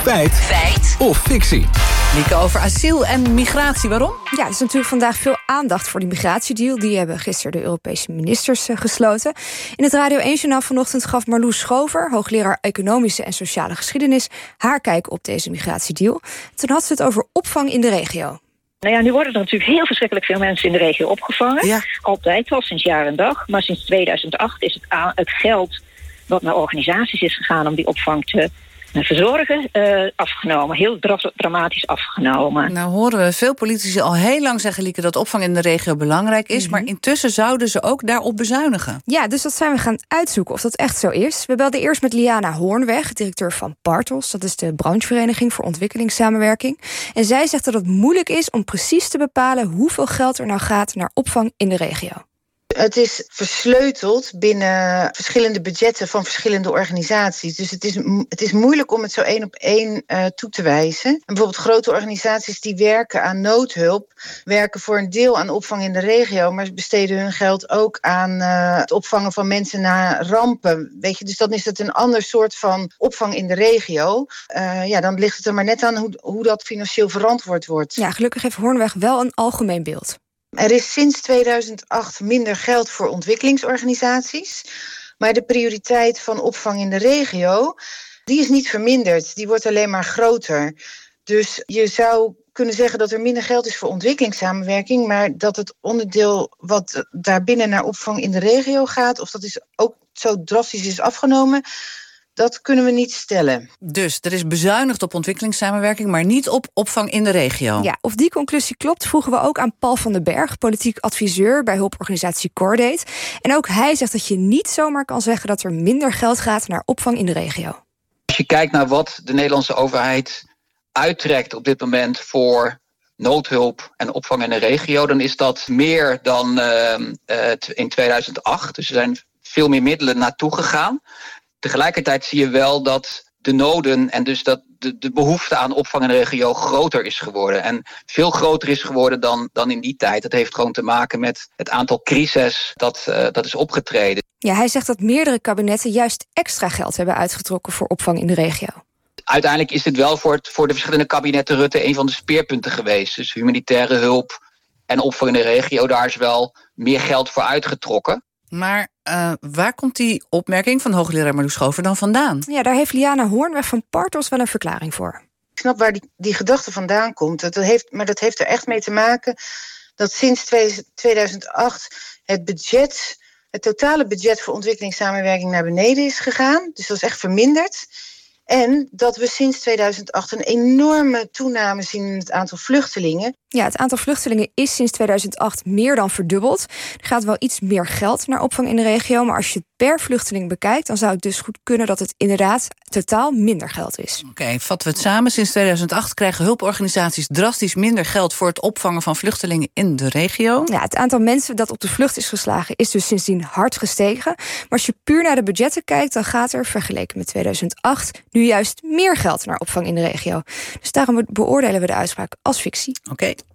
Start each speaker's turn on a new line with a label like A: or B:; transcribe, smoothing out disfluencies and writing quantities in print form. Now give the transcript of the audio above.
A: Feit of fictie?
B: Lieke, over asiel en migratie. Waarom?
C: Ja, er is natuurlijk vandaag veel aandacht voor die migratiedeal. Die hebben gisteren de Europese ministers gesloten. In het Radio 1-journaal vanochtend gaf Marloes Schover, hoogleraar Economische en Sociale Geschiedenis, haar kijk op deze migratiedeal. Toen had ze het over opvang in de regio.
D: Nou ja, nu worden er natuurlijk heel verschrikkelijk veel mensen in de regio opgevangen. Ja. Altijd al, sinds jaar en dag. Maar sinds 2008 is het geld wat naar organisaties is gegaan om die opvang te verzorgen, afgenomen. Heel dramatisch afgenomen.
B: Nou horen we veel politici al heel lang zeggen, Lieke, dat opvang in de regio belangrijk is. Maar intussen zouden ze ook daarop bezuinigen.
C: Ja, dus dat zijn we gaan uitzoeken of dat echt zo is. We belden eerst met Liana Hoornweg, directeur van Partos. Dat is de branchevereniging voor ontwikkelingssamenwerking. En zij zegt dat het moeilijk is om precies te bepalen hoeveel geld er nou gaat naar opvang in de regio.
E: Het is versleuteld binnen verschillende budgetten van verschillende organisaties. Dus het is moeilijk om het zo één op één toe te wijzen. En bijvoorbeeld grote organisaties die werken aan noodhulp, werken voor een deel aan opvang in de regio, maar ze besteden hun geld ook aan het opvangen van mensen na rampen. Weet je, dus dan is het een ander soort van opvang in de regio. Dan ligt het er maar net aan hoe dat financieel verantwoord wordt.
C: Ja, gelukkig heeft Hoornweg wel een algemeen beeld.
E: Er is sinds 2008 minder geld voor ontwikkelingsorganisaties. Maar de prioriteit van opvang in de regio, die is niet verminderd. Die wordt alleen maar groter. Dus je zou kunnen zeggen dat er minder geld is voor ontwikkelingssamenwerking, maar dat het onderdeel wat daarbinnen naar opvang in de regio gaat, of dat is ook zo drastisch is afgenomen, dat kunnen we niet stellen.
B: Dus er is bezuinigd op ontwikkelingssamenwerking, maar niet op opvang in de regio.
C: Ja, of die conclusie klopt, vroegen we ook aan Paul van den Berg, politiek adviseur bij hulporganisatie Cordate. En ook hij zegt dat je niet zomaar kan zeggen dat er minder geld gaat naar opvang in de regio.
F: Als je kijkt naar wat de Nederlandse overheid uittrekt op dit moment voor noodhulp en opvang in de regio, dan is dat meer dan in 2008. Dus er zijn veel meer middelen naartoe gegaan. Tegelijkertijd zie je wel dat de noden en dus dat de behoefte aan opvang in de regio groter is geworden. En veel groter is geworden dan in die tijd. Dat heeft gewoon te maken met het aantal crises dat is opgetreden.
C: Ja, hij zegt dat meerdere kabinetten juist extra geld hebben uitgetrokken voor opvang in de regio.
F: Uiteindelijk is dit wel voor de verschillende kabinetten Rutte een van de speerpunten geweest. Dus humanitaire hulp en opvang in de regio, daar is wel meer geld voor uitgetrokken.
B: Maar waar komt die opmerking van hoogleraar Marloes Schover dan vandaan?
C: Ja, daar heeft Liana Hoornweg van Partos wel een verklaring voor.
E: Ik snap waar die gedachte vandaan komt. Maar dat heeft er echt mee te maken dat sinds 2008 het totale budget voor ontwikkelingssamenwerking naar beneden is gegaan. Dus dat is echt verminderd. En dat we sinds 2008 een enorme toename zien in het aantal vluchtelingen.
C: Ja, het aantal vluchtelingen is sinds 2008 meer dan verdubbeld. Er gaat wel iets meer geld naar opvang in de regio, maar als je het per vluchteling bekijkt, dan zou het dus goed kunnen dat het inderdaad totaal minder geld is.
B: Oké, vatten we het samen. Sinds 2008 krijgen hulporganisaties drastisch minder geld voor het opvangen van vluchtelingen in de regio.
C: Ja, het aantal mensen dat op de vlucht is geslagen is dus sindsdien hard gestegen. Maar als je puur naar de budgetten kijkt, dan gaat er, vergeleken met 2008, nu juist meer geld naar opvang in de regio. Dus daarom beoordelen we de uitspraak als fictie.
B: Oké.